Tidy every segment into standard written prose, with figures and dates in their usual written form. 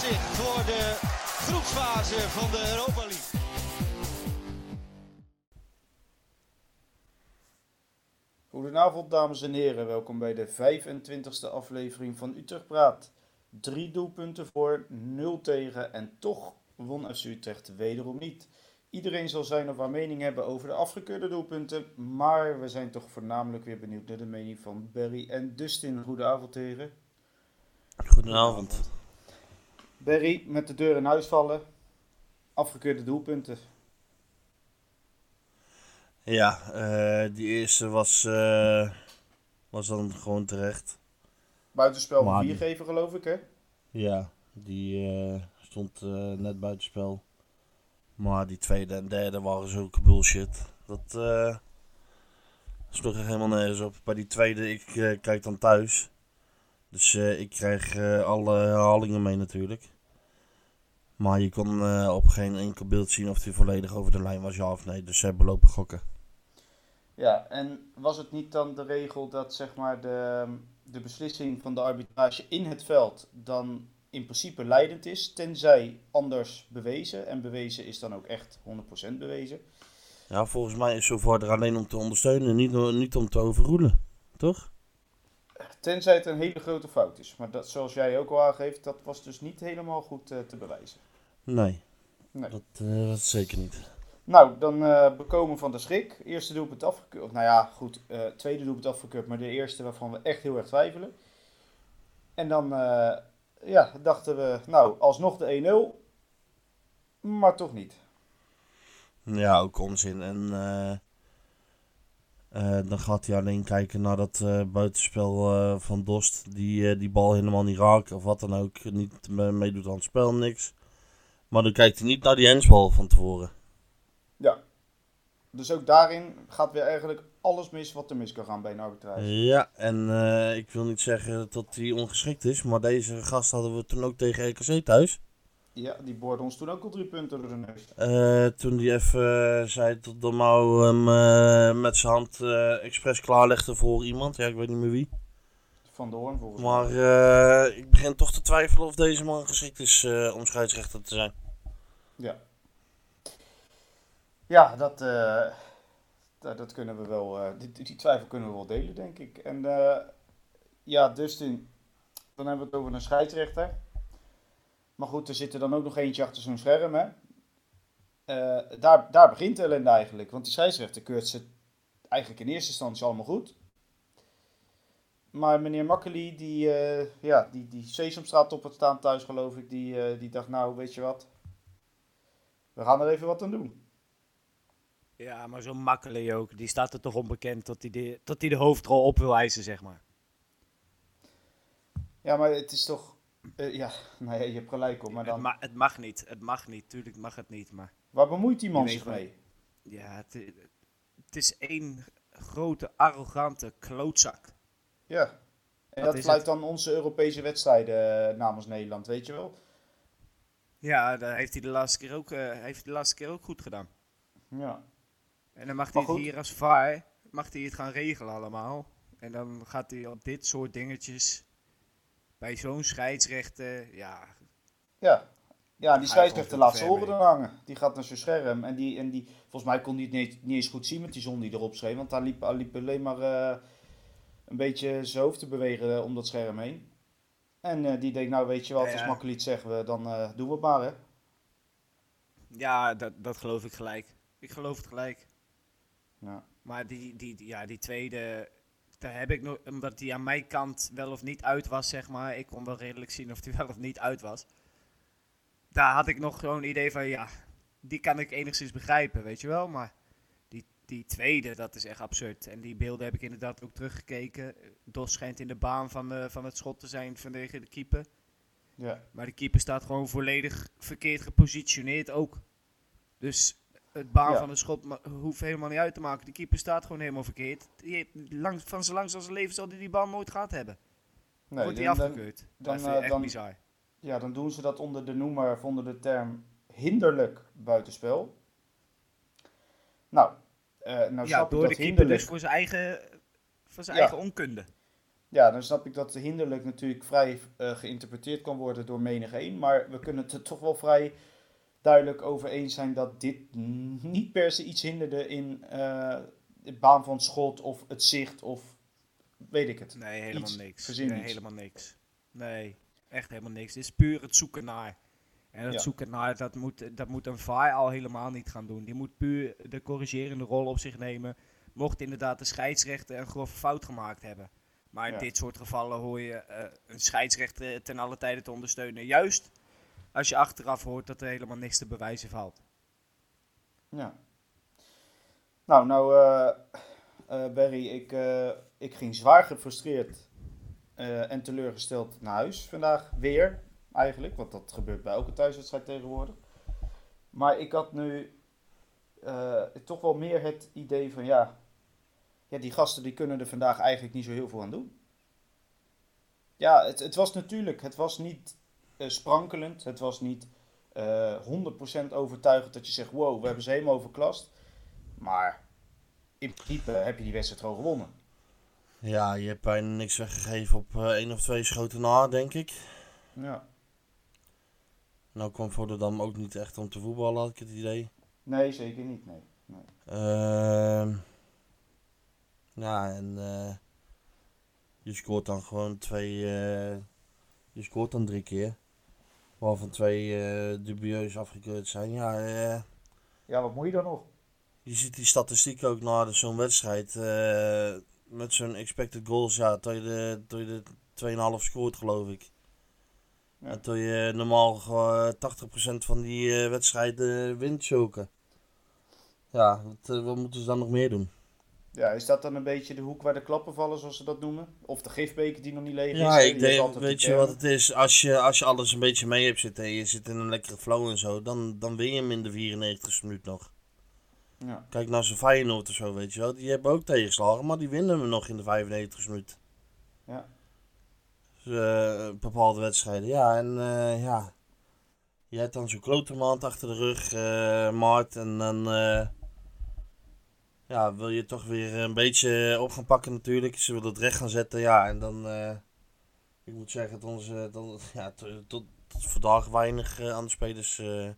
vooruitzicht voor de groepsfase van de Europa League. Goedenavond dames en heren, welkom bij de 25e aflevering van Utrecht Praat. 3 doelpunten voor, 0 tegen en toch won FC Utrecht wederom niet. Iedereen zal zijn of haar mening hebben over de afgekeurde doelpunten, maar we zijn toch voornamelijk weer benieuwd naar de mening van Barry en Dustin. Goedenavond heren. Goedenavond. Barry, met de deur in huis vallen, afgekeurde doelpunten. Ja, die eerste was dan gewoon terecht. Buitenspel Maar van die- 4 geven geloof ik hè? Ja, die stond net buitenspel. Maar die tweede en derde waren zulke bullshit. Dat sloeg er helemaal nergens op. Bij die tweede, ik kijk dan thuis. Dus ik krijg alle herhalingen mee natuurlijk. Maar je kon op geen enkel beeld zien of hij volledig over de lijn was, ja of nee. Dus ze hebben lopen gokken. Ja, en was het niet dan de regel dat zeg maar de beslissing van de arbitrage in het veld dan in principe leidend is, tenzij anders bewezen. En bewezen is dan ook echt 100% bewezen. Ja, volgens mij is zover er alleen om te ondersteunen, niet om te overroelen. Toch? Tenzij het een hele grote fout is. Maar dat, zoals jij ook al aangeeft, dat was dus niet helemaal goed te bewijzen. Nee, Nee. dat was zeker niet. Nou, dan bekomen van de schrik. Eerste doelpunt afgekeurd. Of nou ja, goed. Tweede doelpunt afgekeurd, maar de eerste waarvan we echt heel erg twijfelen. En dan dachten we, nou, alsnog de 1-0. Maar toch niet. Ja, ook onzin. En dan gaat hij alleen kijken naar dat buitenspel van Dost. Die bal helemaal niet raakt of wat dan ook. Niet meedoet aan het spel, niks. Maar dan kijkt hij niet naar die handsbal van tevoren. Ja. Dus ook daarin gaat weer eigenlijk alles mis wat er mis kan gaan bij een arbitrage. Ja, en ik wil niet zeggen dat hij ongeschikt is. Maar deze gast hadden we toen ook tegen RKC thuis. Ja, die boorde ons toen ook al 3 punten door de neus. Toen hij even zei dat Dalmau hem met zijn hand expres klaarlegde voor iemand. Ja, ik weet niet meer wie. Van de Hoorn volgens mij. Maar ik begin toch te twijfelen of deze man geschikt is om scheidsrechter te zijn. Ja. Ja, dat kunnen we wel. Die twijfel kunnen we wel delen, denk ik. En ja, Dustin, dan hebben we het over een scheidsrechter. Maar goed, er zit er dan ook nog eentje achter zo'n scherm, hè. Daar begint de ellende eigenlijk. Want die scheidsrechter keurt ze eigenlijk in eerste instantie allemaal goed. Maar meneer Makkely, die Sesamstraat op het staan thuis, geloof ik, die dacht, nou, weet je wat. We gaan er even wat aan doen. Ja, maar zo'n Makkely ook. Die staat er toch onbekend dat hij de hoofdrol op wil eisen, zeg maar. Ja, maar het is toch... nou ja, je hebt gelijk hoor, maar dan... Het mag niet. Het mag niet. Tuurlijk mag het niet, maar... Waar bemoeit die man Je zich weet mee? Ja, het is één grote, arrogante klootzak. Ja. En Wat dat is fluit het? dan onze Europese wedstrijden namens Nederland, weet je wel? Ja, dat heeft hij de laatste keer ook goed gedaan. Ja. En dan mag Maar hij het goed. hier als VAR, mag hij het gaan regelen allemaal. En dan gaat hij op dit soort dingetjes, bij zo'n scheidsrechter, ja... Ja. Ja, die Ga je scheidsrechter gewoon laat te zijn ver oren mee. dan hangen. Die gaat naar zijn scherm. En die volgens mij kon hij het niet eens goed zien met die zon die erop scheen. Want hij liep alleen maar een beetje zijn hoofd te bewegen om dat scherm heen. En die denkt, nou weet je wat, Ja, als ja. Makkely het zeggen, dan doen we het maar, hè. Ja, dat geloof ik gelijk. Ik geloof het gelijk. Ja. Maar die tweede, daar heb ik nog, omdat die aan mijn kant wel of niet uit was, zeg maar. Ik kon wel redelijk zien of die wel of niet uit was. Daar had ik nog gewoon een idee van, ja, die kan ik enigszins begrijpen, weet je wel. Maar die tweede, dat is echt absurd. En die beelden heb ik inderdaad ook teruggekeken. Dos schijnt in de baan van het schot te zijn vanwege de keeper. Ja. Maar de keeper staat gewoon volledig verkeerd gepositioneerd ook. Dus het baan Ja. van het schot hoeft helemaal niet uit te maken. De keeper staat gewoon helemaal verkeerd. Van zo lang als zijn leven zal hij die bal nooit gehad hebben. Nee, Wordt hij dan- afgekeurd. dan- Dat vind ik echt dan- bizar. Ja, dan doen ze dat onder de noemer, of onder de term hinderlijk buitenspel. Nou Ja, snap ik door dat de keeper hinderlijk... dus voor zijn eigen Ja. eigen onkunde. Ja, dan snap ik dat hinderlijk natuurlijk vrij geïnterpreteerd kan worden door menigeen. Maar we kunnen het er toch wel vrij duidelijk over eens zijn dat dit niet per se iets hinderde in de baan van het schot of het zicht of weet ik het. Nee, helemaal Iets, niks. verzin Nee, iets. helemaal niks. Nee, echt helemaal niks. Het is puur het zoeken naar. En het Ja. zoeken naar, dat moet een VAR al helemaal niet gaan doen. Die moet puur de corrigerende rol op zich nemen. Mocht inderdaad de scheidsrechter een grove fout gemaakt hebben. Maar in Ja. dit soort gevallen hoor je een scheidsrechter ten alle tijde te ondersteunen. Juist als je achteraf hoort dat er helemaal niks te bewijzen valt. Ja. Nou, Barry, ik ging zwaar gefrustreerd en teleurgesteld naar huis vandaag weer, eigenlijk. Want dat gebeurt bij elke thuiswedstrijd tegenwoordig. Maar ik had nu toch wel meer het idee van, ja, die gasten die kunnen er vandaag eigenlijk niet zo heel veel aan doen. Ja, het was natuurlijk, het was niet sprankelend. Het was niet 100% overtuigend dat je zegt, wow, we hebben ze helemaal overklast. Maar in principe heb je die wedstrijd gewoon gewonnen. Ja, je hebt bijna niks weggegeven op 1 of 2 schoten na, denk ik. Ja. Nou kwam Volendam ook niet echt om te voetballen, had ik het idee. Nee, zeker niet. Nee. Ja, en je scoort dan gewoon 3 keer. Waarvan 2 dubieus afgekeurd zijn. Ja, Ja, wat moet je dan nog? je ziet die statistiek ook na zo'n wedstrijd. Met zo'n expected goals, ja, tot je de 2,5 scoort, geloof ik. Ja. En tot je normaal gewoon 80% van die wedstrijden wint choken. Ja, wat moeten ze dan nog meer doen? Ja, is dat dan een beetje de hoek waar de klappen vallen, zoals ze dat noemen? Of de gifbeker die nog niet leeg is? Ja, hè? ik Die heeft denk, altijd weet die je wat termen. het is? Als je alles een beetje mee hebt zitten en je zit in een lekkere flow en zo, dan win je hem in de 94e minuut nog. Ja. Kijk naar zo'n Feyenoord of zo, weet je wel. Die hebben ook tegenslagen, maar die winnen hem nog in de 95e minuut. Ja. Dus, bepaalde wedstrijden. Ja, en ja. Je hebt dan zo'n klote maand achter de rug, Maart. En dan ja, wil je toch weer een beetje op gaan pakken natuurlijk. Ze willen het recht gaan zetten, ja. En dan, ik moet zeggen dat onze, ja, tot vandaag weinig aan de spelers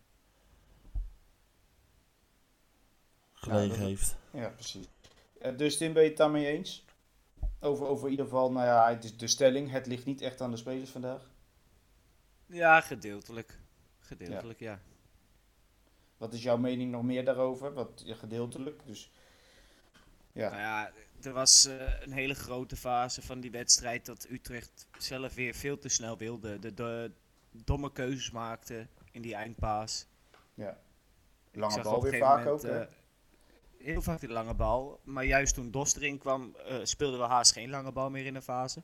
gelegen dat- heeft. Ja, precies. Dus Tim, ben je het daarmee eens? Over in ieder geval, nou ja, het is de stelling. Het ligt niet echt aan de spelers vandaag. Ja, gedeeltelijk. Gedeeltelijk, ja. Wat is jouw mening nog meer daarover? Gedeeltelijk. Dus ja. Nou ja, er was een hele grote fase van die wedstrijd dat Utrecht zelf weer veel te snel wilde. De domme keuzes maakte in die eindpaas. Ja. Ik Lange zag bal op een weer gegeven vaak ook, moment, hè? heel vaak die lange bal. Maar juist toen Dos erin kwam, speelden we haast geen lange bal meer in de fase.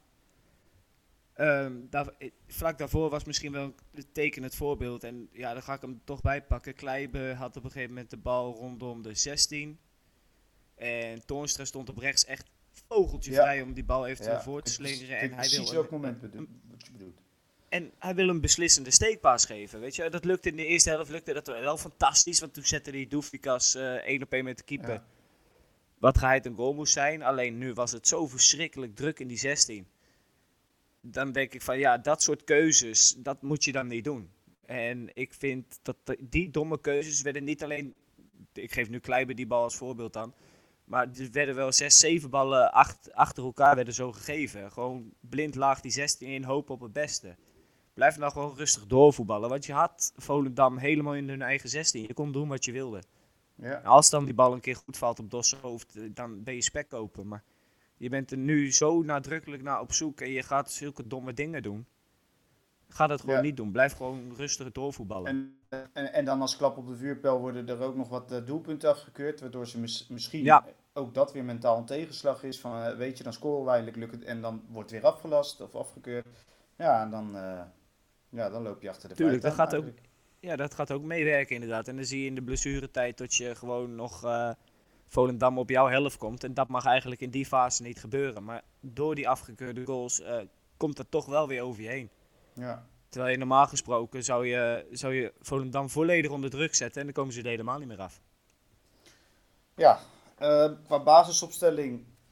Vlak daarvoor was misschien wel een tekenend voorbeeld. En ja, daar ga ik hem toch bij pakken. Kleiber had op een gegeven moment de bal rondom de 16. En Toornstra stond op rechts echt vogeltje Ja. vrij om die bal eventueel Ja, voor te slingeren. Ik En weet hij precies wil welk moment wat je bedoelt. En hij wil een beslissende steekpaas geven. Weet je? Dat lukte in de eerste helft dat wel fantastisch. Want toen zette hij Doefikas 1-op-1 met de keeper. Ja. Wat geheid een goal moest zijn. Alleen nu was het zo verschrikkelijk druk in die 16. Dan denk ik van ja, dat soort keuzes, dat moet je dan niet doen. En ik vind dat die domme keuzes werden niet alleen... Ik geef nu Kleiber die bal als voorbeeld dan. Maar er werden wel 6, 7 ballen achter elkaar werden zo gegeven. Gewoon blind laag die 16 in, hopen op het beste. Blijf nou gewoon rustig doorvoetballen. Want je had Volendam helemaal in hun eigen 16. Je kon doen wat je wilde. Ja. En als dan die bal een keer goed valt op Dos' hoofd, dan ben je spek open. Maar je bent er nu zo nadrukkelijk naar op zoek en je gaat zulke domme dingen doen. Ga dat gewoon Ja. niet doen. Blijf gewoon rustig doorvoetballen. En dan als klap op de vuurpijl worden er ook nog wat doelpunten afgekeurd. Waardoor ze misschien Ja. ook dat weer mentaal een tegenslag is. Van weet je, dan scoren we eindelijk, lukt het. En dan wordt weer afgelast of afgekeurd. Ja, en dan loop je achter de Tuurlijk, feiten dat aan gaat ook. eigenlijk. Ja, dat gaat ook meewerken inderdaad. En dan zie je in de blessuretijd dat je gewoon nog Volendam op jouw helft komt. En dat mag eigenlijk in die fase niet gebeuren. Maar door die afgekeurde goals komt dat toch wel weer over je heen. Ja. Terwijl je normaal gesproken zou je Volendam volledig onder druk zetten en dan komen ze er helemaal niet meer af. Ja, qua basisopstelling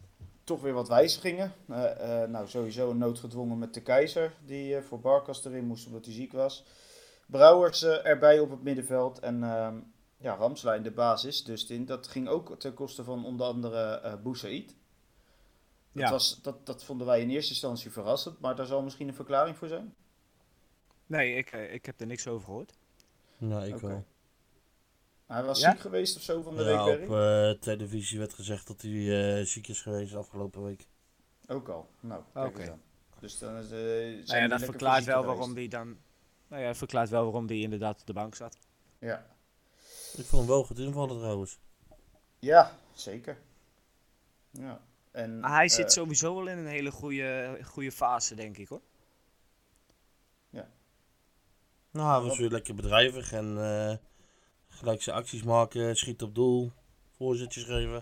toch weer wat wijzigingen. Nou, sowieso een noodgedwongen met de Keizer, die voor Barkas erin moest omdat hij ziek was. Brouwers erbij op het middenveld en Ramselaar in de basis. Dus dat ging ook ten koste van onder andere Boussaïd. Ja. Dat vonden wij in eerste instantie verrassend, maar daar zal misschien een verklaring voor zijn. Nee, ik heb er niks over gehoord. Ja, ik Oké. wel. Hij was Ja? ziek geweest of zo van de Ja, week, op Berry? televisie werd gezegd dat hij ziek is geweest afgelopen week. Ook al. Nou, kijk Oké. eens aan. Dus dan is, Nou ja, dat verklaart wel waarom die dan... Nou ja, dat verklaart wel waarom die inderdaad op de bank zat. Ja. Ik vond hem wel goed invallen trouwens. Ja, zeker. Ja. En, Maar hij zit sowieso wel in een hele goede fase, denk ik, hoor. Nou, hij was weer lekker bedrijvig en gelijk zijn acties maken, schiet op doel, voorzetjes geven.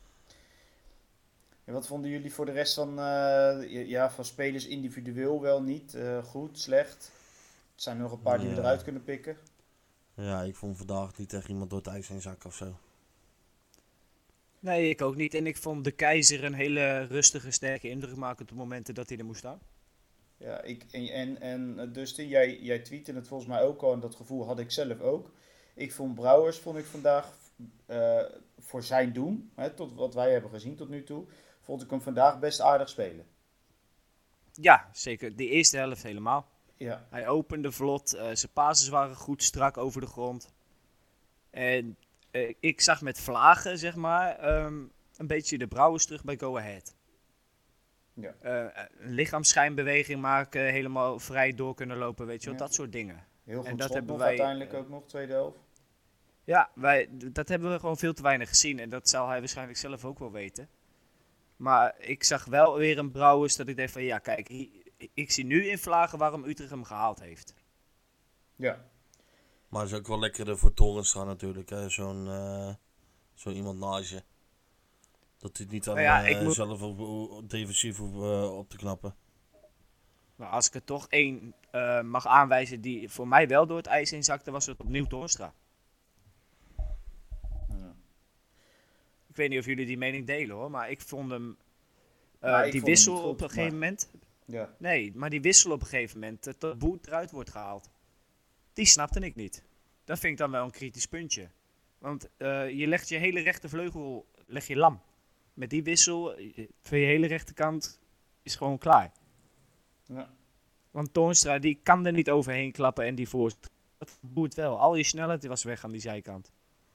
En wat vonden jullie voor de rest van spelers individueel wel niet? Goed, slecht? Er zijn nog een paar die we Ja. eruit kunnen pikken. Ja, ik vond vandaag niet echt iemand door het ijs heen zakken of zo. Nee, ik ook niet. En ik vond de Keizer een hele rustige, sterke indruk maken op de momenten dat hij er moest staan. Ja, en Dustin, jij tweette het volgens mij ook al en dat gevoel had ik zelf ook. Ik vond Brouwers vandaag voor zijn doen, tot wat wij hebben gezien tot nu toe, vond ik hem vandaag best aardig spelen. Ja, zeker. De eerste helft helemaal. Ja, Hij opende vlot, zijn passes waren goed strak over de grond. En ik zag met Vlagen, zeg maar, een beetje de Brouwers terug bij Go Ahead. ja. Een lichaamsschijnbeweging maken, helemaal vrij door kunnen lopen, weet je wel, Ja. dat soort dingen. Heel goed dat schot hebben nog wij, uiteindelijk ook nog, tweede helft. Ja, dat hebben we gewoon veel te weinig gezien en dat zal hij waarschijnlijk zelf ook wel weten. Maar ik zag wel weer een Brouwers dat ik dacht van, ja kijk, ik zie nu in Vlagen waarom Utrecht hem gehaald heeft. Ja, Maar het is ook wel lekkerder voor Torenstra natuurlijk, hè? Zo iemand naast je. Dat hij het niet aan Nou ja, ik moet- zelf defensief hoeft op te knappen. Nou, als ik er toch één mag aanwijzen die voor mij wel door het ijs heen zakte, was het opnieuw Toornstra. Ja. Ik weet niet of jullie die mening delen hoor, maar ik vond hem... Nou, ik die vond hem wissel niet goed, op een gegeven maar- moment... ja. Nee, maar die wissel op een gegeven moment, dat Boet eruit wordt gehaald. Die snapte ik niet. Dat vind ik dan wel een kritisch puntje. Want je legt je hele rechtervleugel leg je lam. Met die wissel, voor je hele rechterkant, is gewoon klaar. Ja. Want Toornstra, die kan er niet overheen klappen en die voorzet. Dat Boet wel. Al je snelheid was weg aan die zijkant.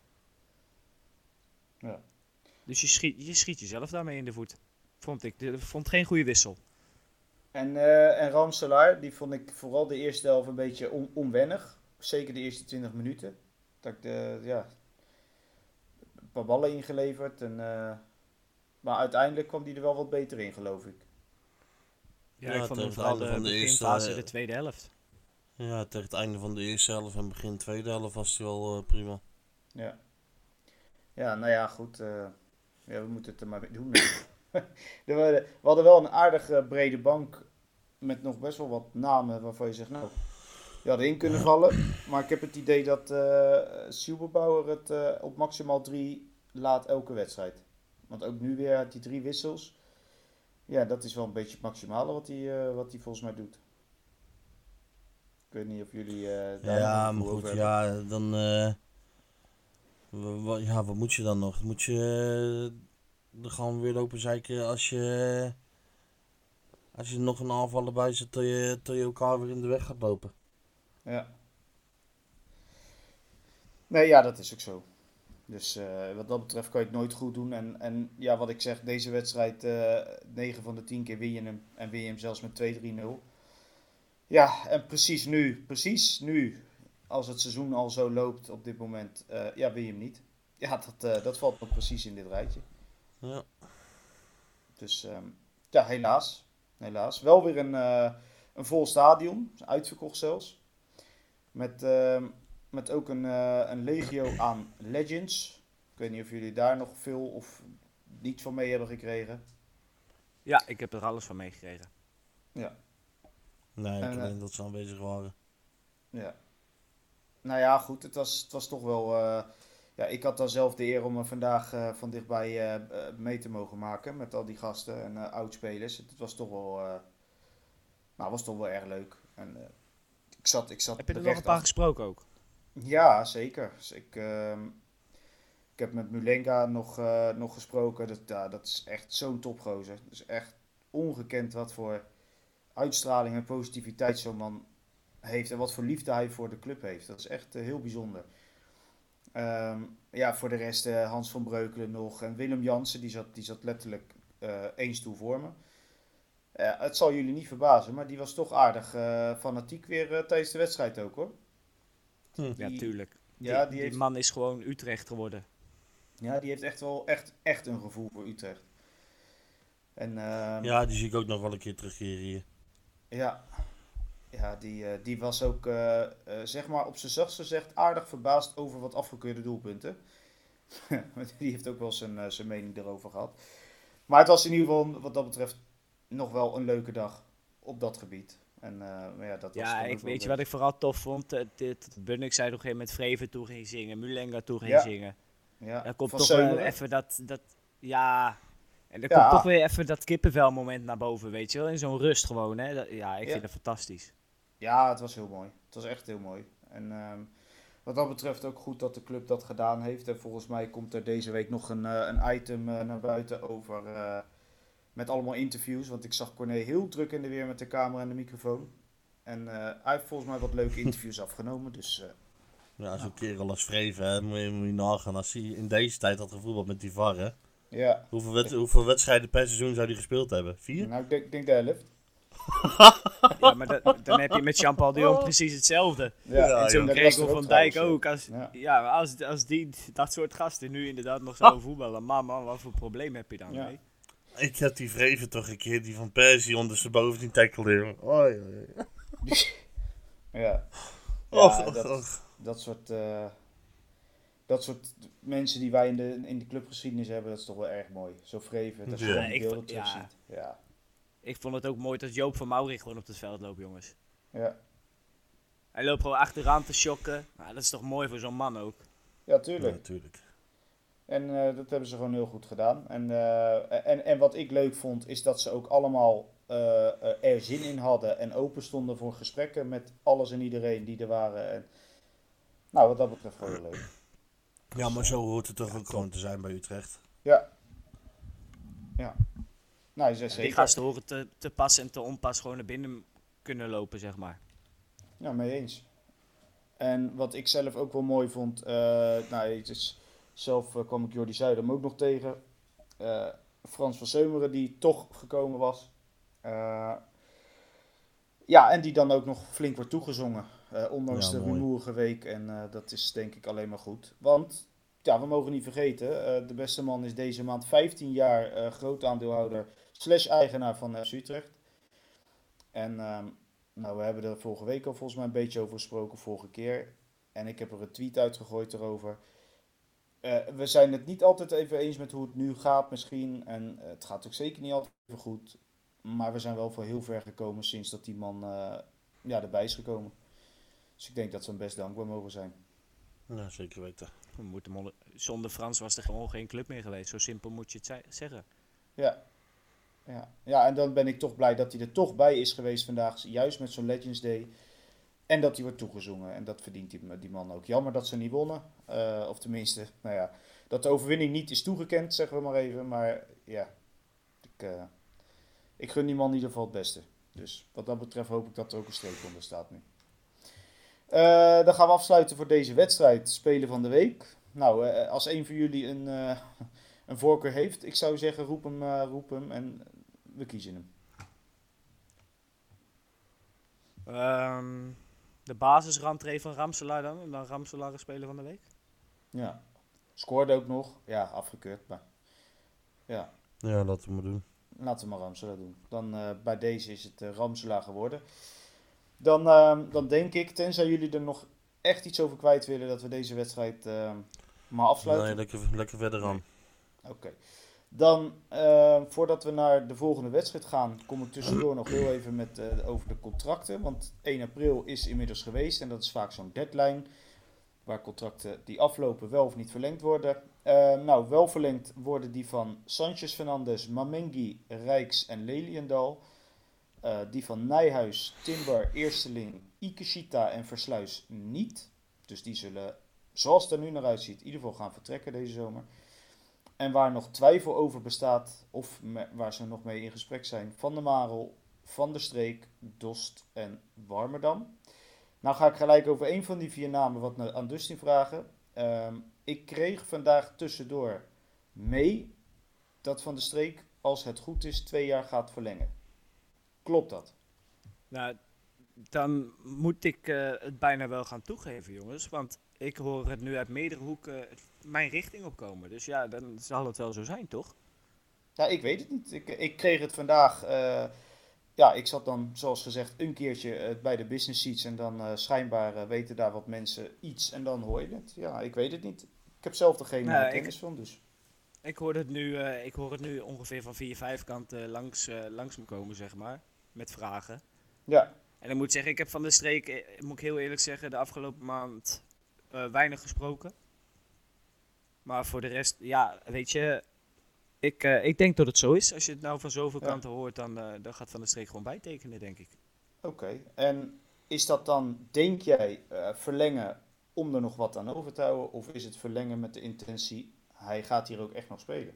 Ja. Dus je schiet jezelf daarmee in de voet. Vond ik. Ik vond geen goede wissel. En Ramselaar, die vond ik vooral de eerste helft een beetje onwennig. Zeker de eerste 20 minuten. Dat ik een paar ballen ingeleverd. Maar uiteindelijk kwam die er wel wat beter in, geloof ik. Ja, Ja, ik vond tegen hem het vooral einde de van de beginfase eerste- de tweede helft. Ja, tegen het einde van de eerste helft en begin tweede helft was hij wel prima. Ja. Ja, nou ja, goed. We moeten het er maar mee doen. We hadden wel een aardig brede bank met nog best wel wat namen waarvan je zegt, nou, die hadden in kunnen vallen. Maar ik heb het idee dat Silberbauer het op maximaal 3 laat elke wedstrijd. Want ook nu weer die 3 wissels. Ja, dat is wel een beetje het maximale wat hij volgens mij doet. Ik weet niet of jullie daar Ja, nog maar een gevoel goed, over hebben. ja, dan... wat moet je dan nog? Moet je er gewoon weer lopen zeiken als je nog een aanvaller bij zit, tot je elkaar weer in de weg gaat lopen. Ja. Nee, ja, dat is ook zo. Dus wat dat betreft kan je het nooit goed doen. En ja, wat ik zeg, deze wedstrijd, 9 van de 10 keer win je hem. En win je hem zelfs met 2-3-0. Ja, en precies nu, als het seizoen al zo loopt op dit moment, ja, win je hem niet. Ja, dat valt nog precies in dit rijtje. Ja. Dus ja, helaas. Wel weer een vol stadion, uitverkocht zelfs. Met ook een legio aan legends. Ik weet niet of jullie daar nog veel of niet van mee hebben gekregen. Ja, ik heb er alles van meegekregen. Ja, Nee, En, ik alleen dat ze aanwezig waren. ja. Nou ja, goed, het was toch wel... ja, ik had dan zelf de eer om me vandaag van dichtbij mee te mogen maken met al die gasten en oudspelers. Het was toch wel, was toch wel erg leuk. En ik zat Heb je er nog recht een paar achter. gesproken ook? Ja, zeker. Dus ik heb met Mulenga nog gesproken. Dat is echt zo'n topgozer. Dat is echt ongekend wat voor uitstraling en positiviteit zo'n man heeft. En wat voor liefde hij voor de club heeft. Dat is echt heel bijzonder. Ja, voor de rest Hans van Breukelen nog. En Willem Jansen, die zat letterlijk 1 stoel voor me. Het zal jullie niet verbazen, maar die was toch aardig fanatiek weer tijdens de wedstrijd ook hoor. Ja, Die- tuurlijk. ja, die Die heeft- man is gewoon Utrecht geworden. Ja, die heeft echt wel echt een gevoel voor Utrecht. En Ja, die zie ik ook nog wel een keer terugkeren hier. ja, die was ook, zeg maar op zijn zachtst gezegd, aardig verbaasd over wat afgekeurde doelpunten. Die heeft ook wel zijn mening erover gehad. Maar het was in ieder geval, wat dat betreft, nog wel een leuke dag op dat gebied. En maar ja, dat was Ja, dan ook wel weet je leuk. wat ik vooral tof vond? Bunnik zei op een gegeven moment Vreven toe ging zingen, Mulenga toe ging Ja. zingen. Ja, Dan komt van toch wel Seumeren. even dat ja. En dan Ja. komt toch weer even dat kippenvel moment naar boven, weet je wel? In zo'n rust gewoon, hè? Ja, ik Ja. vind het fantastisch. Ja, het was heel mooi. Het was echt heel mooi. En wat dat betreft ook goed dat de club dat gedaan heeft. En volgens mij komt er deze week nog een item naar buiten over met allemaal interviews. Want ik zag Corné heel druk in de weer met de camera en de microfoon. En hij heeft volgens mij wat leuke interviews afgenomen. Dus Ja, zo'n kerel als Vreven, hè, moet je nagaan. Als hij in deze tijd had gevoetbald met die VAR, hè. ja, Hoeveel wedstrijden per seizoen zou hij gespeeld hebben? 4? nou ik denk de helft. Ja, maar dan heb je met Jean-Paul de Jong precies hetzelfde. Ja, En zo'n dat was Gregor er van Dijk trouwens, ook. ja. Ja, als dat soort gasten nu inderdaad nog zouden voetballen. Man, wat voor probleem heb je dan Ja. mee? Ik heb die Vreven toch een keer, die van Persie ondersteboven die tackle, jongen. Oei, oei. Ja, Och, ja och, dat, och. dat soort mensen die wij in de clubgeschiedenis hebben, dat is toch wel erg mooi. Zo Vreven, dat je Ja. gewoon die Ja, ik beelden vond- ja. terugziet. Ja, Ik vond het ook mooi dat Joop van Maurik gewoon op het veld loopt, jongens. ja. Hij loopt gewoon achteraan te shocken. Nou, dat is toch mooi voor zo'n man ook. Ja, Ja, tuurlijk. natuurlijk. En dat hebben ze gewoon heel goed gedaan. En wat ik leuk vond, is dat ze ook allemaal er zin in hadden en open stonden voor gesprekken met alles en iedereen die er waren. En, nou, wat dat betreft gewoon heel leuk. Ja, maar zo hoort het toch ook gewoon te zijn bij Utrecht. Ja. Ja. Nou, Die zeker. gasten horen te pas en te onpas gewoon naar binnen kunnen lopen, zeg maar. Ja, mee eens. En wat ik zelf ook wel mooi vond, zelf kwam ik Jordi Zuidam ook nog tegen. Frans van Seumeren, die toch gekomen was. Ja, en die dan ook nog flink wordt toegezongen. Ondanks Ja, de mooi. rumoerige week. En dat is denk ik alleen maar goed. Want, ja, we mogen niet vergeten, de beste man is deze maand 15 jaar groot aandeelhouder / eigenaar van FC Utrecht. En nou, we hebben er vorige week al volgens mij een beetje over gesproken, vorige keer. En ik heb er een tweet uitgegooid erover. We zijn het niet altijd even eens met hoe het nu gaat misschien. En het gaat ook zeker niet altijd even goed. Maar we zijn wel voor heel ver gekomen sinds dat die man erbij is gekomen. Dus ik denk dat we hem best dankbaar mogen zijn. Ja, zeker weten. Zonder Frans was er gewoon geen club meer geweest. Zo simpel moet je het zeggen. Ja. Ja, en dan ben ik toch blij dat hij er toch bij is geweest vandaag. Juist met zo'n Legends Day. En dat hij wordt toegezongen. En dat verdient die man ook. Jammer dat ze niet wonnen. Of tenminste, nou ja, dat de overwinning niet is toegekend, zeggen we maar even. Maar ja, ik gun die man in ieder geval het beste. Dus wat dat betreft hoop ik dat er ook een streep onder staat nu. Dan gaan we afsluiten voor deze wedstrijd. Spelen van de week. Nou, als een van jullie een voorkeur heeft, ik zou zeggen roep hem en we kiezen hem. De basisrentree van Ramselaar dan? En dan Ramselaar een speler van de week? Ja, scoorde ook nog. Ja, afgekeurd. Maar ja, Ja, laten we maar doen. laten we maar Ramselaar doen. Dan bij deze is het Ramselaar geworden. Dan denk ik, tenzij jullie er nog echt iets over kwijt willen, dat we deze wedstrijd maar afsluiten. Nee, lekker verder aan. Oké. Dan, voordat we naar de volgende wedstrijd gaan, kom ik tussendoor nog heel even over de contracten. Want 1 april is inmiddels geweest en dat is vaak zo'n deadline. waar contracten die aflopen wel of niet verlengd worden. Wel verlengd worden die van Sanchez, Fernandes, Mamengi, Rijks en Leliendal. Die van Nijhuis, Timber, Eersteling, Ikeshita en Versluis niet. Dus die zullen, zoals het er nu naar uitziet, in ieder geval gaan vertrekken deze zomer. En waar nog twijfel over bestaat, of waar ze nog mee in gesprek zijn, Van der Marel, Van der Streek, Dost en Warmerdam. Nou ga ik gelijk over een van die 4 namen wat aan Dustin vragen. Ik kreeg vandaag tussendoor mee dat Van der Streek, als het goed is, 2 jaar gaat verlengen. Klopt dat? Nou, dan moet ik het bijna wel gaan toegeven, jongens. Want ik hoor het nu uit meerdere hoeken mijn richting opkomen. Dus ja, dan zal het wel zo zijn, toch? Ja, ik weet het niet. Ik kreeg het vandaag. Ik zat dan, zoals gezegd, een keertje bij de business seats. En dan schijnbaar weten daar wat mensen iets. En dan hoor je het. Ja, ik weet het niet. Ik heb zelf er geen kennis van, dus. Ik hoor het nu ongeveer van 4-5 kanten langs me komen, zeg maar. Met vragen. Ja. En ik moet zeggen, ik heb Van der Streek, moet ik heel eerlijk zeggen, de afgelopen maand weinig gesproken. Maar voor de rest, ja, weet je, ik denk dat het zo is. Als je het nou van zoveel kanten hoort, dan gaat Van der Streek gewoon bijtekenen, denk ik. Oké. En is dat dan, denk jij, verlengen om er nog wat aan over te houden? Of is het verlengen met de intentie, hij gaat hier ook echt nog spelen?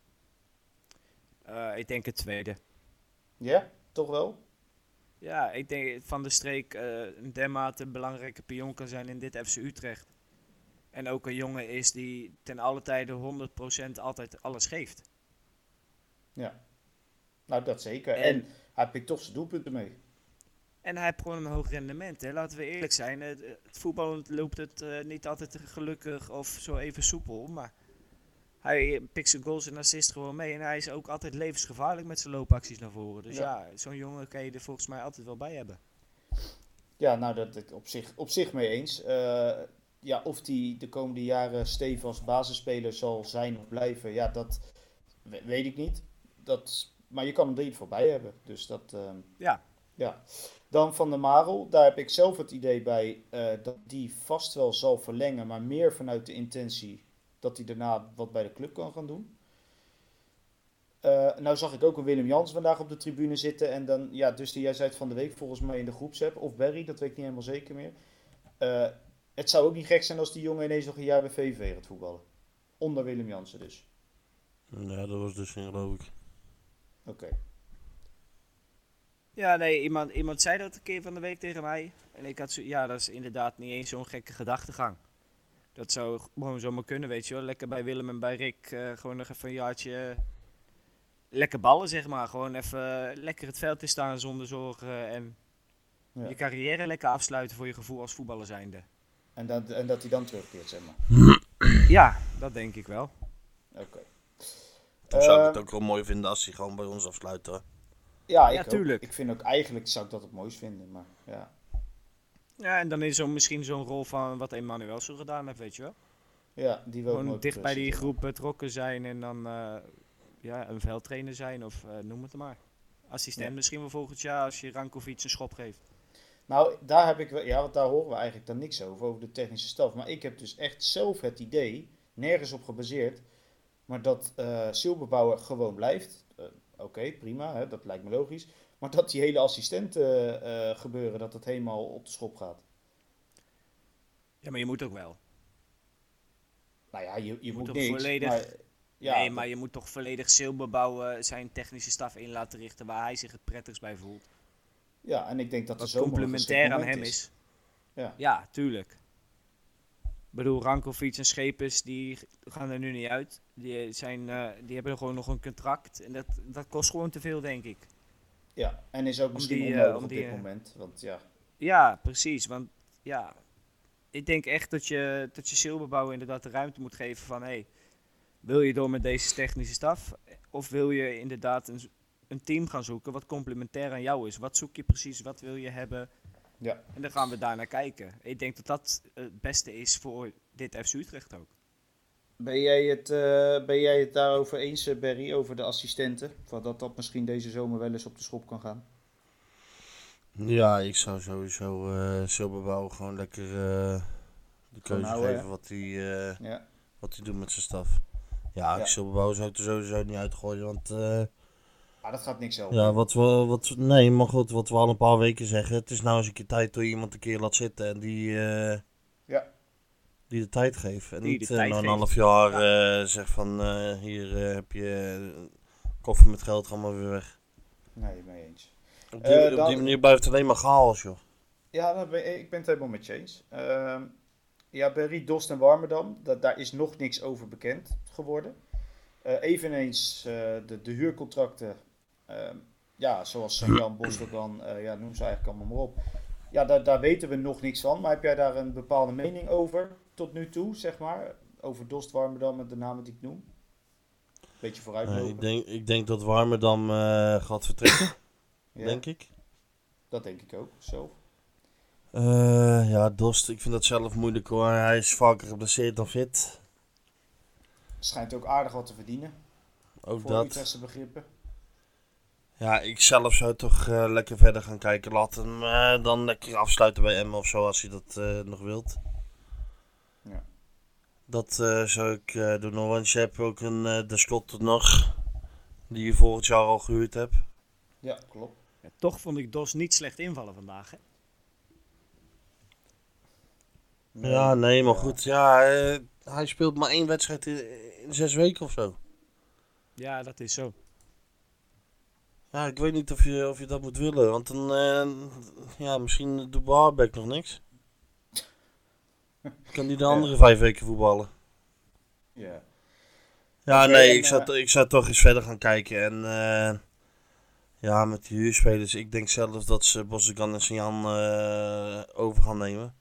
Ik denk het tweede. Ja, toch wel? Ja, ik denk Van der Streek een dermate belangrijke pion kan zijn in dit FC Utrecht. En ook een jongen is die ten alle tijde 100% altijd alles geeft. Ja. Nou, dat zeker. En hij pikt toch zijn doelpunten mee. En hij heeft gewoon een hoog rendement. Hè. Laten we eerlijk zijn. Het voetbal loopt het niet altijd gelukkig of zo even soepel. Maar hij pikt zijn goals en assists gewoon mee. En hij is ook altijd levensgevaarlijk met zijn loopacties naar voren. Dus ja, zo'n jongen kan je er volgens mij altijd wel bij hebben. Ja, nou, dat ik op zich mee eens. Of die de komende jaren stevig basisspeler zal zijn of blijven, ja, dat weet ik niet. Maar je kan hem er niet voorbij hebben. Dus dat, ja. Dan Van der Marel, daar heb ik zelf het idee bij dat die vast wel zal verlengen, maar meer vanuit de intentie dat hij daarna wat bij de club kan gaan doen. Nou zag ik ook een Willem Jans vandaag op de tribune zitten. En dan, ja, dus jij zei het van de week volgens mij in de groepsapp. Of Barry, dat weet ik niet helemaal zeker meer. Het zou ook niet gek zijn als die jongen ineens nog een jaar bij VVV gaat voetballen. Onder Willem Jansen dus. Ja, dat was dus niet geloof ik. Oké. Ja, nee, iemand zei dat een keer van de week tegen mij. En ik had dat is inderdaad niet eens zo'n gekke gedachtegang. Dat zou gewoon zomaar kunnen, weet je wel. Lekker bij Willem en bij Rick gewoon nog even een jaartje lekker ballen, zeg maar. Gewoon even lekker het veld in staan zonder zorgen en je carrière lekker afsluiten voor je gevoel als voetballer zijnde. En dat hij dan terugkeert, zeg maar. Ja, dat denk ik wel. Oké. Dan zou ik het ook wel mooi vinden als hij gewoon bij ons afsluit, hoor. Ja, tuurlijk. Ik vind ook, eigenlijk zou ik dat het mooist vinden, maar ja. Ja, en dan is misschien zo'n rol van wat Emmanuel zo gedaan heeft, weet je wel. Ja, die wil gewoon dicht bij die groep betrokken zijn en dan een veldtrainer zijn of noem het maar. Assistent misschien wel volgend jaar als je Rankovic een schop geeft. Nou, daar heb ik wel, want daar horen we eigenlijk dan niks over de technische staf. Maar ik heb dus echt zelf het idee, nergens op gebaseerd, maar dat Silberbouwer gewoon blijft. Oké, prima, hè, dat lijkt me logisch. Maar dat die hele assistenten gebeuren, dat het helemaal op de schop gaat. Ja, maar je moet ook wel. Nou ja, je moet toch niks, volledig... maar... Ja, nee, maar je moet toch volledig Silberbouwer zijn technische staf in laten richten waar hij zich het prettigst bij voelt. Ja, en ik denk dat wat er complementair aan hem is. Ja, tuurlijk. Ik bedoel, Rankovic en Schepers, die gaan er nu niet uit. Die hebben gewoon nog een contract. En dat kost gewoon te veel, denk ik. Ja, en is ook misschien onnodig op dit moment. Want ja. Ja, precies. Want ja, ik denk echt dat je Silberbouwer inderdaad de ruimte moet geven van... Hey, wil je door met deze technische staf? Of wil je inderdaad een team gaan zoeken wat complementair aan jou is? Wat zoek je precies? Wat wil je hebben? Ja. En dan gaan we daar naar kijken. Ik denk dat dat het beste is voor dit FC Utrecht ook. Ben jij het daarover eens, Barry, over de assistenten? Dat misschien deze zomer wel eens op de schop kan gaan? Ja, ik zou sowieso Silberbouw gewoon lekker de keuze Nou, geven Ja. wat hij doet met zijn staf. Ja, Ja. Axel Bouw zou ik er sowieso niet uitgooien, want Dat gaat niks helpen. ja, nee, maar goed, wat we al een paar weken zeggen, het is nou eens een keer tijd dat je iemand een keer laat zitten en die de tijd geeft. En Die niet de tijd na een geeft. half jaar zegt van, hier heb je koffer met geld, ga maar weer weg. Nee, mee eens. Op die Dan- manier blijft het alleen maar chaos, joh. Ja, ik ben het helemaal met je eens. Ja, Berry, Dost en Warmerdam, daar is nog niks over bekend geworden. Eveneens de huurcontracten, ja, zoals St-Jan, Bosdogan, noem ze eigenlijk allemaal maar op. Ja, daar weten we nog niks van. Maar heb jij daar een bepaalde mening over tot nu toe, zeg maar? Over Dost, Warmerdam met de namen die ik noem? Beetje vooruitlopen. Ik denk dat Warmerdam gaat vertrekken, Ja, denk ik. dat denk ik ook, zelf. Ja, Dost, ik vind dat zelf moeilijk hoor. Hij is vaker geblesseerd dan fit. Schijnt ook aardig wat te verdienen, Ook voor dat. Utrechtse begrippen. Ja, ik zelf zou toch lekker verder gaan kijken. Laat hem dan lekker afsluiten bij Emmen of zo, als hij dat nog wilt. Ja. Dat zou ik doen. Want je hebt ook een Descott nog, die je volgend jaar al gehuurd hebt. Ja, klopt. Ja, toch vond ik Dos niet slecht invallen vandaag. Hè? Ja, nee, maar goed. Ja, hij speelt maar 1 wedstrijd in 6 weken of zo. Ja, dat is zo. Ja, ik weet niet of je dat moet willen. Want dan, ja, misschien doet Barbeck nog niks. Kan die de andere 5 weken voetballen? Ja. Ja, Oké, nee, en, ik zou toch eens verder gaan kijken. En ja, met die huurspelers, ik denk zelf dat ze Bossegan en Sian over gaan nemen.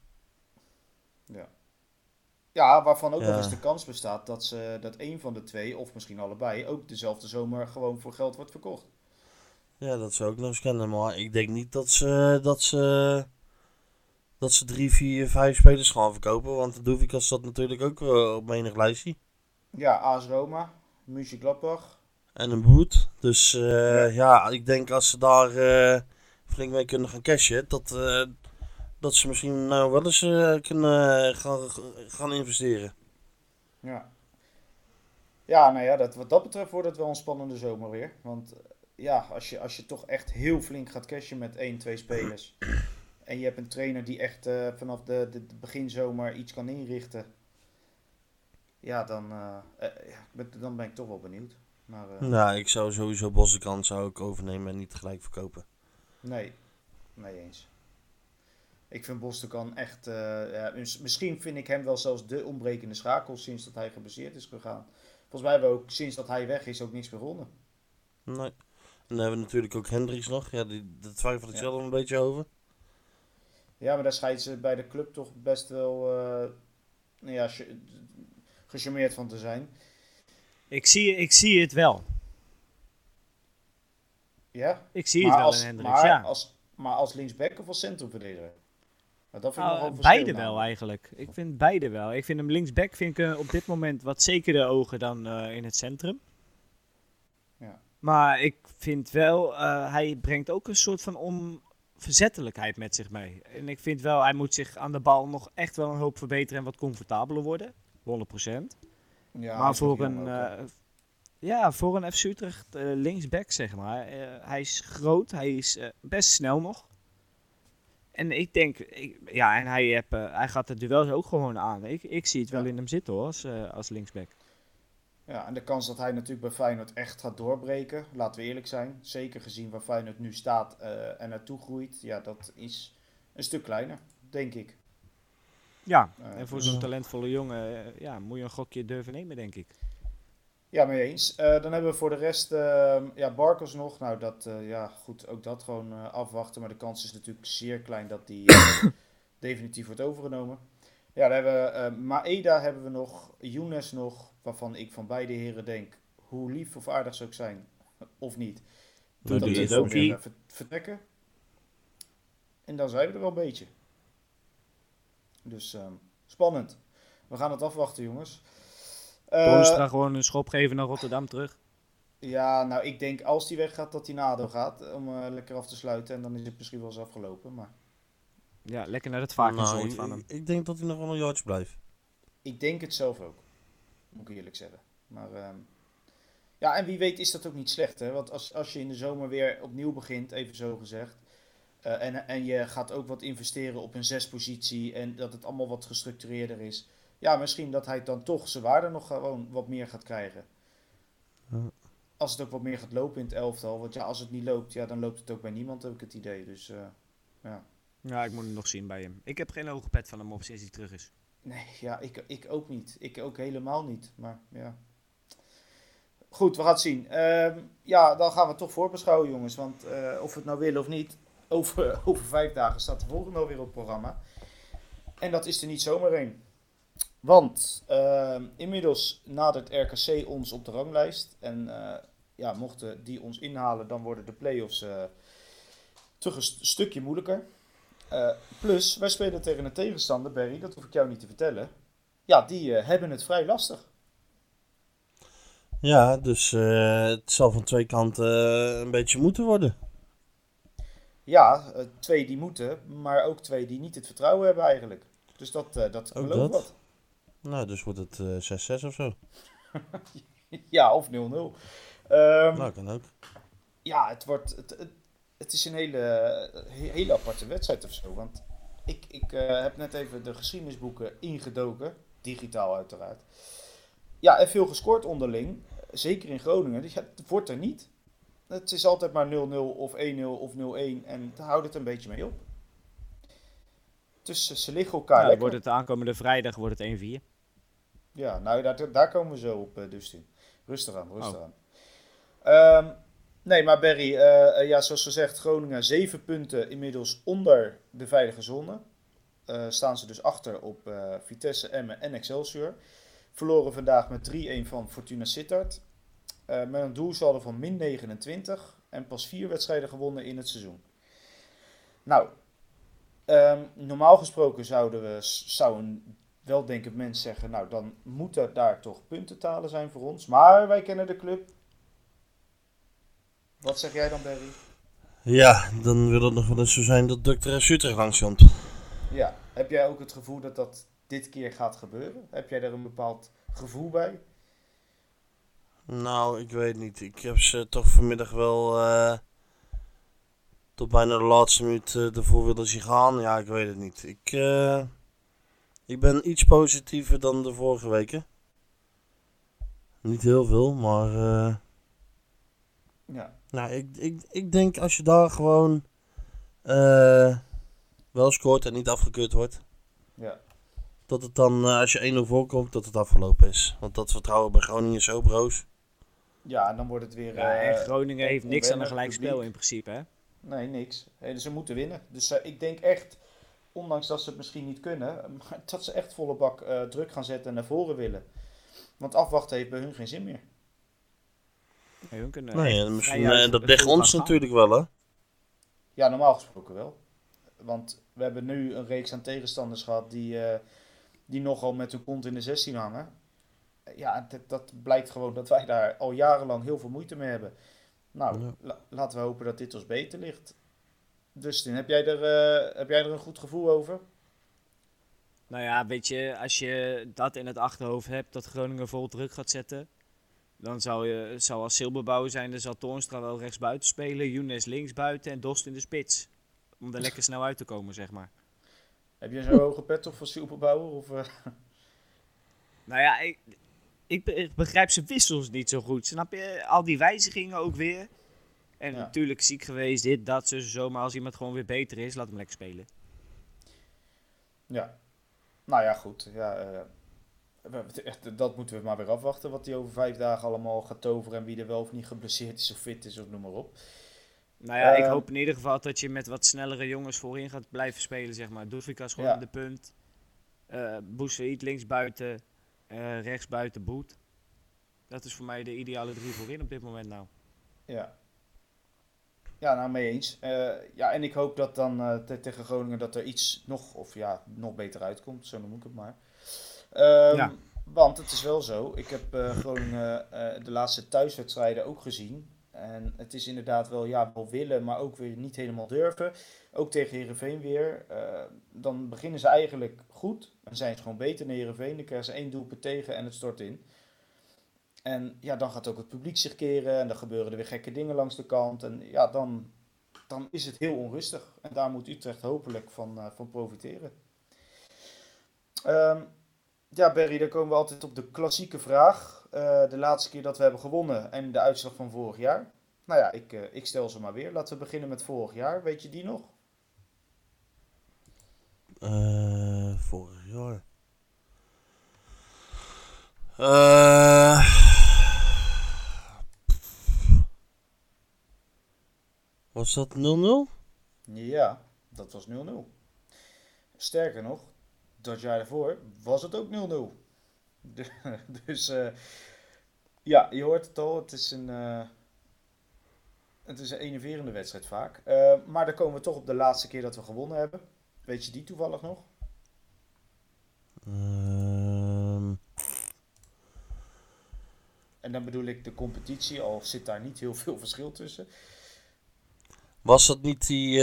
Ja, waarvan ook Ja. nog eens de kans bestaat dat één van de twee, of misschien allebei, ook dezelfde zomer gewoon voor geld wordt verkocht. Ja, dat zou ik nog eens kennen. Maar ik denk niet dat ze 3, 4, 5 spelers gaan verkopen. Want de Doevikas staat natuurlijk ook op menig lijstje. Ja, AS Roma, Mönchengladbach. En een boet. Dus ja, ik denk als ze daar flink mee kunnen gaan cashen, dat ze misschien nou wel eens kunnen gaan investeren. Ja. Ja, nou ja, wat dat betreft wordt het wel een spannende zomer weer. Want ja, als je toch echt heel flink gaat cashen met 1, 2 spelers. En je hebt een trainer die echt vanaf de beginzomer iets kan inrichten. Ja, dan ben ik toch wel benieuwd. Maar Nou, ik zou sowieso Bossekan zou ik overnemen en niet gelijk verkopen. nee eens. Ik vind Bosdogan echt... ja, misschien vind ik hem wel zelfs de ontbrekende schakel sinds dat hij geblesseerd is gegaan. Volgens mij hebben we ook sinds dat hij weg is ook niks begonnen. Nee. En dan hebben we natuurlijk ook Hendricks nog. Ja, daar twijfel ik Ja. zelf een beetje over. Ja, maar daar schijnt ze bij de club toch best wel gecharmeerd van te zijn. Ik zie het wel. Ja? Ik zie het wel in Hendricks, ja. Maar als linksback of als centrumverdediger? Nou, dat vind ik Nou, nogal een verschil beide wel namelijk. eigenlijk. Ik vind beide wel. Ik vind hem linksback vind ik, op dit moment wat zekerder ogen dan in het centrum. Ja. Maar ik vind wel, hij brengt ook een soort van onverzettelijkheid met zich mee. En ik vind wel, hij moet zich aan de bal nog echt wel een hoop verbeteren en wat comfortabeler worden. 100%. Ja, hij Maar is nog voor jong ook, hè. voor een FC Utrecht linksback, zeg maar. Hij is groot, hij is best snel nog. En ik denk, en hij gaat de duels ook gewoon aan. Ik zie het wel Ja. in hem zitten hoor, als linksback. Ja, en de kans dat hij natuurlijk bij Feyenoord echt gaat doorbreken, laten we eerlijk zijn. Zeker gezien waar Feyenoord nu staat en naartoe groeit. Ja, dat is een stuk kleiner, denk ik. Ja, en voor dus- zo'n talentvolle jongen moet je een gokje durven nemen, denk ik. Ja, mee eens. Dan hebben we voor de rest Barkos nog. Nou, goed, ook dat gewoon afwachten. Maar de kans is natuurlijk zeer klein dat die definitief wordt overgenomen. Ja, dan hebben we Maeda hebben we nog, Younes nog, waarvan ik van beide heren denk, hoe lief of aardig ze ook zijn, of niet, Nou, dat die die is gewoon ook weer vertrekken. En dan zijn we er wel een beetje. Dus spannend. We gaan het afwachten, jongens. Toornstra gewoon een schop geven naar Rotterdam terug. Ja, nou, ik denk als die weggaat dat hij naar ADO gaat om lekker af te sluiten. En dan is het misschien wel eens afgelopen. Maar Ja, lekker naar het varkenssoort van hem. Ik denk dat hij nog wel een jaartje blijft. Ik denk het zelf ook. Moet ik eerlijk zeggen. Maar ja, en wie weet is dat ook niet slecht. Hè? Want als je in de zomer weer opnieuw begint, even zo gezegd. En je gaat ook wat investeren op een 6-positie. En dat het allemaal wat gestructureerder is. Ja, misschien dat hij dan toch zijn waarde nog gewoon wat meer gaat krijgen. Ja. Als het ook wat meer gaat lopen in het elftal. Want ja, als het niet loopt, ja, dan loopt het ook bij niemand, heb ik het idee. Dus ja. Ja, ik moet hem nog zien bij hem. Ik heb geen hoge pet van hem op sinds hij terug is. Nee, ja, ik ook niet. Ik ook helemaal niet. Maar ja. Goed, we gaan het zien. Ja, dan gaan we het toch voorbeschouwen, jongens. Want of we het nou willen of niet, over 5 dagen staat de volgende alweer op het programma. En dat is er niet zomaar één. Want inmiddels nadert RKC ons op de ranglijst. En ja, mochten die ons inhalen, dan worden de play-offs toch een stukje moeilijker. Plus, wij spelen tegen een tegenstander, Barry, dat hoef ik jou niet te vertellen. Ja, die hebben het vrij lastig. Ja, dus het zal van twee kanten een beetje moeten worden. Ja, 2 die moeten, maar ook 2 die niet het vertrouwen hebben eigenlijk. Dus dat belooft wat. Nou, dus wordt het 6-6 of zo. Ja, of 0-0. Nou, kan ook. Ja, het is een hele aparte wedstrijd of zo. Want ik heb net even de geschiedenisboeken ingedoken. Digitaal uiteraard. Ja, en veel gescoord onderling. Zeker in Groningen. Dus ja, het wordt er niet. Het is altijd maar 0-0 of 1-0 of 0-1. En daar houdt het een beetje mee op. Dus ze liggen elkaar Nou, lekker. wordt het aankomende vrijdag wordt het 1-4. Ja, nou daar komen we zo op, Dustin. Rustig aan. Nee, maar Barry, ja, zoals gezegd, Groningen 7 punten inmiddels onder de veilige zone. Staan ze dus achter op Vitesse, Emmen en Excelsior. Verloren vandaag met 3-1 van Fortuna Sittard. Met een doelsaldo van min 29 en pas 4 wedstrijden gewonnen in het seizoen. Nou, normaal gesproken zouden wel denken mensen zeggen, nou dan moeten daar toch puntentalen zijn voor ons. Maar wij kennen de club. Wat zeg jij dan, Barry? Ja, dan wil het nog wel eens zo zijn dat Dr. Utrecht langs komt. Ja, heb jij ook het gevoel dat dat dit keer gaat gebeuren? Heb jij er een bepaald gevoel bij? Nou, ik weet niet. Ik heb ze toch vanmiddag wel tot bijna de laatste minuut ervoor willen zien gaan. Ja, ik weet het niet. Ik ben iets positiever dan de vorige weken. Niet heel veel, maar Ja. nou, ik denk als je daar gewoon wel scoort en niet afgekeurd wordt, Ja. dat het dan als je 1-0 voorkomt, dat het afgelopen is. Want dat vertrouwen bij Groningen is zo broos. Ja, en dan wordt het weer... Ja, en Groningen heeft niks aan een onwennig gelijkspel publiek. in principe, hè? Nee, niks. Dus ze moeten winnen. Dus ik denk echt, ondanks dat ze het misschien niet kunnen, maar dat ze echt volle bak druk gaan zetten en naar voren willen. Want afwachten heeft bij hun geen zin meer. Nee, hun kunnen Nee, echt en misschien, vrijuit dat vol ligt gaan ons gaan. natuurlijk wel, hè. Ja, normaal gesproken wel. Want we hebben nu een reeks aan tegenstanders gehad die nogal met hun kont in de 16 hangen. Ja, dat blijkt gewoon dat wij daar al jarenlang heel veel moeite mee hebben. Nou, laten we hopen dat dit ons beter ligt. Dustin, heb jij er een goed gevoel over? Nou ja, weet je, als je dat in het achterhoofd hebt, dat Groningen vol druk gaat zetten, dan zou als Silberbouwer zijn, dan zal Toornstra wel rechts buiten spelen, Younes links buiten en Dost in de spits. Om er lekker snel uit te komen, zeg maar. Heb je zo'n hoge pet op voor Superbouwer? Of, Nou ja, ik begrijp zijn wissels niet zo goed. Snap je? Al die wijzigingen ook weer. En Ja. natuurlijk ziek geweest, dit, dat, zo. Maar als iemand gewoon weer beter is, laat hem lekker spelen. Ja. Nou ja, goed. Ja, dat moeten we maar weer afwachten. Wat hij over 5 dagen allemaal gaat toveren. En wie er wel of niet geblesseerd is of fit is of noem maar op. Nou ja, ik Eh, hoop in ieder geval dat je met wat snellere jongens voorin gaat blijven spelen, zeg maar. Doefikas gewoon Ja. aan de punt. Boussaïd links buiten. Rechts buiten Boet. Dat is voor mij de ideale 3 voorin op dit moment nou. Ja. Ja, nou mee eens. Ja, en ik hoop dat dan tegen Groningen dat er iets nog beter uitkomt. Zo noem ik het maar. Want het is wel zo. Ik heb Groningen de laatste thuiswedstrijden ook gezien. En het is inderdaad wel willen, maar ook weer niet helemaal durven. Ook tegen Heerenveen weer. Dan beginnen ze eigenlijk goed. Dan zijn ze gewoon beter naar Heerenveen. Dan krijgen ze 1 doelpunt tegen en het stort in. En ja, dan gaat ook het publiek zich keren. En dan gebeuren er weer gekke dingen langs de kant. En ja, dan is het heel onrustig. En daar moet Utrecht hopelijk van profiteren. Ja, Barry, dan komen we altijd op de klassieke vraag. De laatste keer dat we hebben gewonnen en de uitslag van vorig jaar. Nou ja, ik stel ze maar weer. Laten we beginnen met vorig jaar. Weet je die nog? Vorig jaar. Was dat 0-0? Ja, dat was 0-0. Sterker nog, dat jaar daarvoor was het ook 0-0. Dus ja, je hoort het al. Het is een enerverende wedstrijd vaak. Maar dan komen we toch op de laatste keer dat we gewonnen hebben. Weet je die toevallig nog? En dan bedoel ik de competitie, al zit daar niet heel veel verschil tussen. Was dat niet die...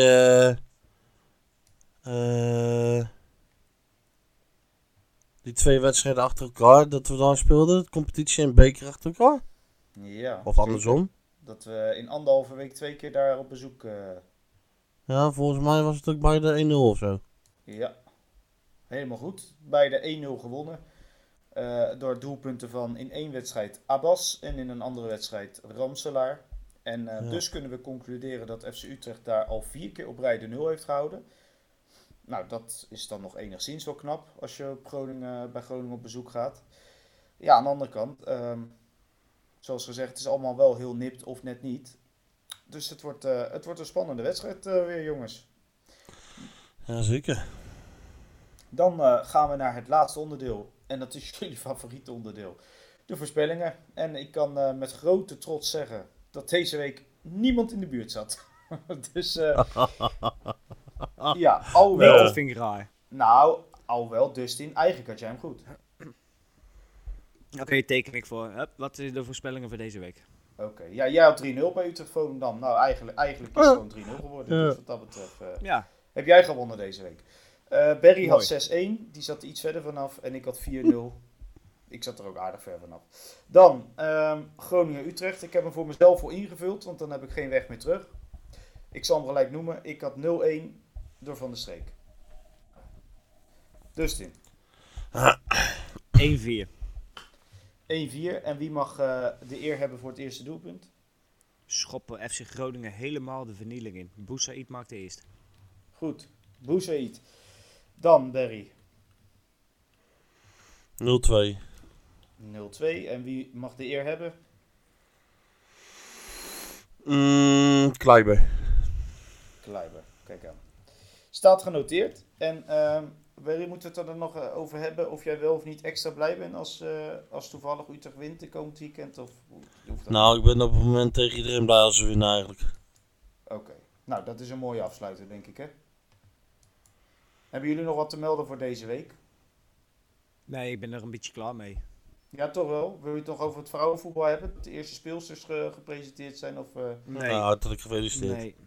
die 2 wedstrijden achter elkaar dat we dan speelden? De competitie en beker achter elkaar? Ja. Of andersom? Dat we in 1,5 week 2 keer daar op bezoek... Ja, volgens mij was het ook bij de 1-0 of zo. Ja, helemaal goed. Bij de 1-0 gewonnen. Door doelpunten van in 1 wedstrijd Abbas en in een andere wedstrijd Ramselaar. En dus kunnen we concluderen dat FC Utrecht daar al 4 keer op rij de 0 heeft gehouden. Nou, dat is dan nog enigszins wel knap als je bij Groningen op bezoek gaat. Ja, aan de andere kant, zoals gezegd, het is allemaal wel heel nipt of net niet. Dus het wordt een spannende wedstrijd weer, jongens. Jazeker. Dan gaan we naar het laatste onderdeel. En dat is jullie favoriete onderdeel. De voorspellingen. En ik kan met grote trots zeggen dat deze week niemand in de buurt zat. Dus ja, alhoewel. Dat vind ik raar. Nou, alhoewel, Dustin, eigenlijk had jij hem goed. Oké, teken ik voor. Hup, wat zijn de voorspellingen voor deze week? Oké, ja, jij had 3-0 bij Utrecht Volendam. Nou, eigenlijk is het gewoon 3-0 geworden. Dus wat dat betreft Ja. heb jij gewonnen deze week. Barry Mooi. had 6-1, die zat er iets verder vanaf. En ik had 4-0. Ik zat er ook aardig ver vanaf. Dan Groningen-Utrecht. Ik heb hem voor mezelf al ingevuld, want dan heb ik geen weg meer terug. Ik zal hem gelijk noemen. Ik had 0-1 door Van der Streek. Dustin. 1-4. 1-4. En wie mag de eer hebben voor het eerste doelpunt? Schoppen FC Groningen helemaal de vernieling in. Boussaïd maakt de eerste. Goed. Boussaïd. Dan Barry. 0-2. 0-2. En wie mag de eer hebben? Kleiber. Kleiber. Kijk aan. Staat genoteerd. En Barry, moeten we het er dan nog over hebben of jij wel of niet extra blij bent als toevallig Utrecht wint de komend weekend? Of hoeft dat Nou, ik ben op het moment tegen iedereen blij als we winnen eigenlijk. Oké. Nou, dat is een mooie afsluiter, denk ik, hè? Hebben jullie nog wat te melden voor deze week? Nee, ik ben er een beetje klaar mee. Ja, toch wel. Wil je het nog over het vrouwenvoetbal hebben? Dat de eerste speelsters gepresenteerd zijn? Of, Nee. Nou, hartelijk gefeliciteerd. Nee.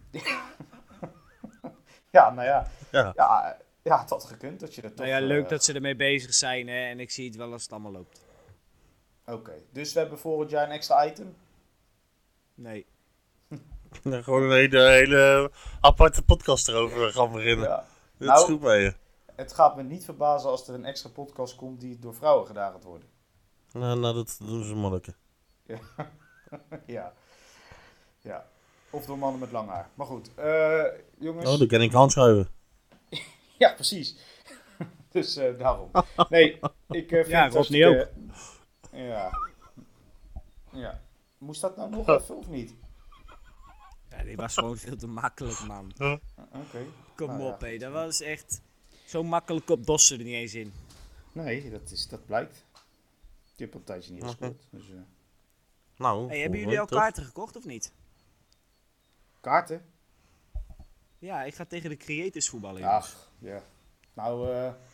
Ja, nou ja. Ja. Ja, het had gekund dat je er toch... Nou ja, leuk dat ze ermee bezig zijn, hè. En ik zie het wel als het allemaal loopt. Oké. Dus we hebben volgend jaar een extra item? Nee. Nou, gewoon een hele aparte podcast erover gaan beginnen. Ja. Dit Nou, is goed bij je. Het gaat me niet verbazen als er een extra podcast komt die door vrouwen gedaan gaat worden. Nou, dat doen ze moeilijker. Ja. Ja. Of door mannen met lang haar. Maar goed, jongens. Oh, dan kan ik aanschuiven. Ja, precies. Dus daarom. Nee, ik vind Ja, het Rodney hartstikke- Ja. Ja. Moest dat nou nog even of niet? Ja, die was gewoon veel te makkelijk, man. Oké. Kom Nou op, ja, hé. goed. Dat was echt... Zo makkelijk op dossen er niet eens in. Nee, dat blijkt. Je hebt al een tijdje niet gespeeld. Dus, Nou, Hey, hebben jullie al kaarten gekocht of niet? kaarten? Ja, ik ga tegen de creators voetballen, jongens. Ach, ja. Nou,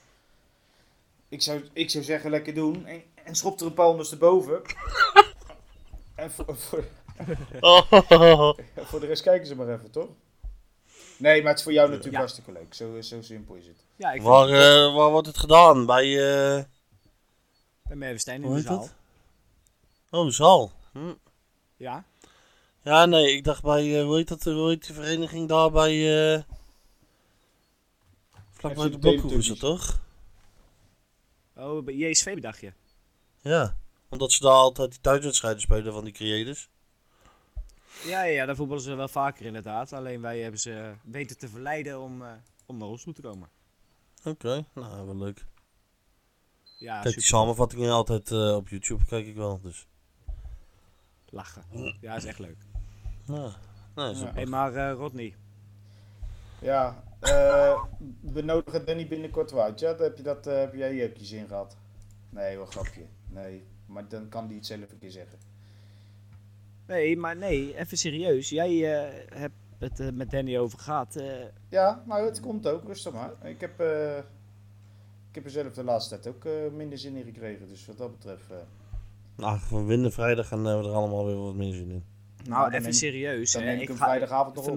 ik zou zeggen lekker doen. En schop er een paar ondersteboven. En Voor de rest kijken ze maar even, toch? Nee, maar het is voor jou natuurlijk Ja. hartstikke leuk. Zo simpel is het. Ja, ik Waar wordt het gedaan? Bij, ben Merwestein in hoe de heet zaal. dat? Oh, Zal. Ja, Ja, nee, ik dacht bij, hoe heet die vereniging daar bij, vlakbij FC de Blokhoef is dat Teletubbies. toch? oh, bij JSV bedacht je. Ja, omdat ze daar altijd die thuiswedstrijden spelen van die creators. Ja, daar voetballen ze wel vaker inderdaad. Alleen wij hebben ze weten te verleiden om naar ons toe te komen. Oké, nou, wel leuk. Ja, Kijk, die super samenvattingen altijd op YouTube kijk ik wel, dus. lachen. Ja, is echt leuk. Ja, nee, super. Hey, maar Rodney, Ja, we nodigen Danny binnenkort wel uit. Ja, heb jij ook je zin gehad? Nee, wel grapje. Nee, maar dan kan die het zelf een keer zeggen. nee, even serieus. Jij hebt het met Danny over gehad. Ja, nou het komt ook, rustig maar. Ik heb er zelf de laatste tijd ook minder zin in gekregen. Dus wat dat betreft... Nou, we winnen vrijdag en hebben we er allemaal weer wat meer zin in. Nou, dan even neem- serieus. dan hè. neem ik hem ga- vrijdagavond nog op.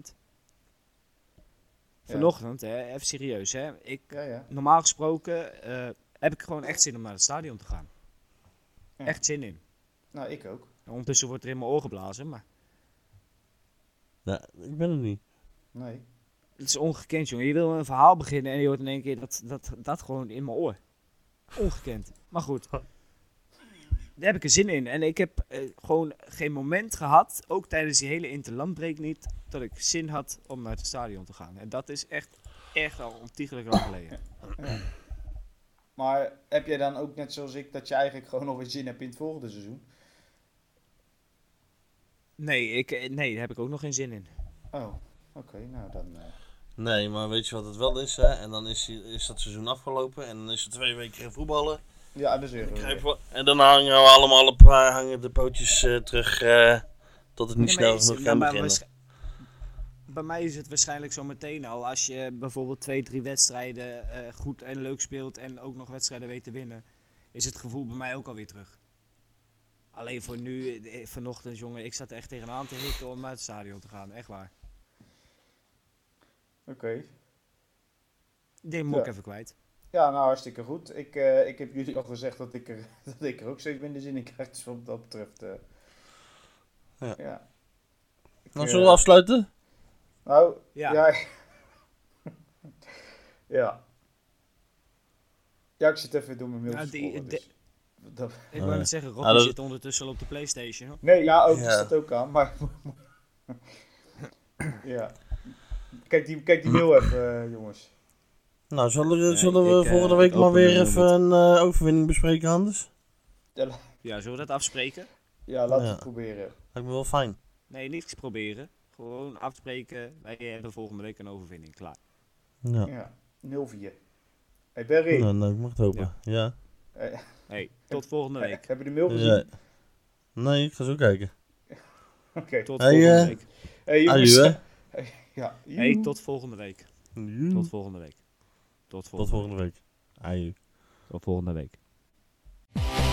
Vanochtend, hè, even serieus. Hè. Ja. Normaal gesproken heb ik gewoon echt zin om naar het stadion te gaan. Ja. Echt zin in. Nou, ik ook. Ondertussen wordt er in mijn oor geblazen, maar Ja, ik ben er niet. Nee. het is ongekend, jongen. Je wil een verhaal beginnen en je hoort in één keer dat gewoon in mijn oor. Ongekend. Maar goed. Daar heb ik er zin in. En ik heb gewoon geen moment gehad, ook tijdens die hele interlandbreek niet, dat ik zin had om naar het stadion te gaan. En dat is echt al ontiegelijk lang geleden. Maar heb jij dan ook net zoals ik dat je eigenlijk gewoon nog weer zin hebt in het volgende seizoen? Nee, daar heb ik ook nog geen zin in. Oh, oké. Nou dan... Nee, maar weet je wat het wel is, hè? En dan is dat seizoen afgelopen en dan is er 2 weken geen voetballen. Ja, dat is weer... En dan hangen we allemaal op hangen de pootjes terug tot het niet Ja, maar snel is- genoeg ja, kan maar beginnen. bij mij is het waarschijnlijk zo meteen al. Als je bijvoorbeeld 2-3 wedstrijden goed en leuk speelt en ook nog wedstrijden weet te winnen, is het gevoel bij mij ook alweer terug. Alleen voor nu, vanochtend jongen, ik zat er echt tegenaan te hikken om naar het stadion te gaan. Echt waar. Oké. Die moet ik Ja. even kwijt. Ja, nou hartstikke goed. Ik heb jullie al gezegd dat ik er ook steeds minder zin in krijg. Dus wat dat betreft... Ja. Ik, Nou, zullen we afsluiten? Nou, Ja. ja. Ja. Ja, ik zit even door mijn mail Nou, te scrollen, dus dat- Ik wou net zeggen, Rob Ja, dat- zit ondertussen al op de PlayStation. Hoor. Nee, ja, ook Ja. is dat ook aan, maar... ja. Kijk die mail even, jongens. Nou, zullen ik, we volgende week ik maar open weer hem even een overwinning bespreken, Anders? Ja, zullen we dat afspreken? Ja, laten we Ja. het proberen. Lijkt me wel fijn. Nee, niet proberen. Gewoon afspreken. Wij hebben volgende week een overwinning. Klaar. Ja. Ja, 0-4. Hey Barry, Nou, ik mag het hopen. Ja. Hey, tot volgende week. heb je de mail gezien? Ja. Nee, ik ga zo kijken. Oké. Tot Hey, volgende week. Hey jongens. Aju, hè? Ja, Hey, tot volgende week. Tot Tot volgende week. Tot volgende week. volgende week. Aju. Tot volgende week.